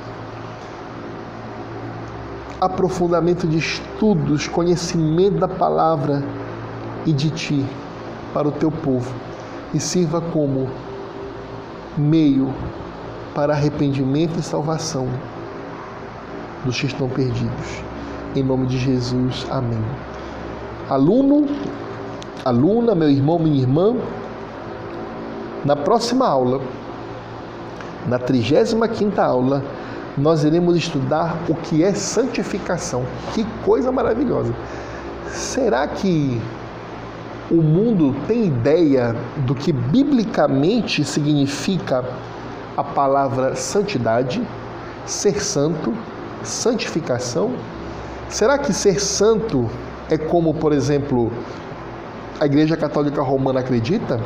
S1: aprofundamento de estudos, conhecimento da palavra e de Ti para o Teu povo, e sirva como meio para arrependimento e salvação dos que estão perdidos. Em nome de Jesus, amém. Aluno, aluna, meu irmão, minha irmã, na próxima aula, na trigésima quinta aula, nós iremos estudar o que é santificação. Que coisa maravilhosa! Será que o mundo tem ideia do que biblicamente significa a palavra santidade, ser santo, santificação? Será que ser santo é como, por exemplo, a Igreja Católica Romana acredita?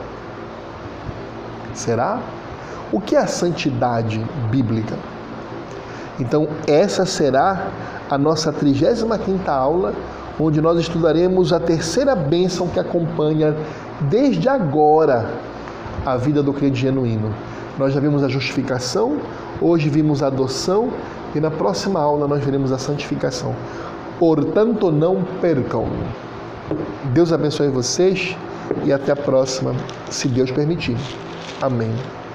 S1: Será? O que é a santidade bíblica? Então, essa será a nossa trigésima quinta aula, onde nós estudaremos a terceira bênção que acompanha desde agora a vida do crente genuíno. Nós já vimos a justificação, hoje vimos a adoção e na próxima aula nós veremos a santificação. Portanto, não percam. Deus abençoe vocês e até a próxima, se Deus permitir. Amém.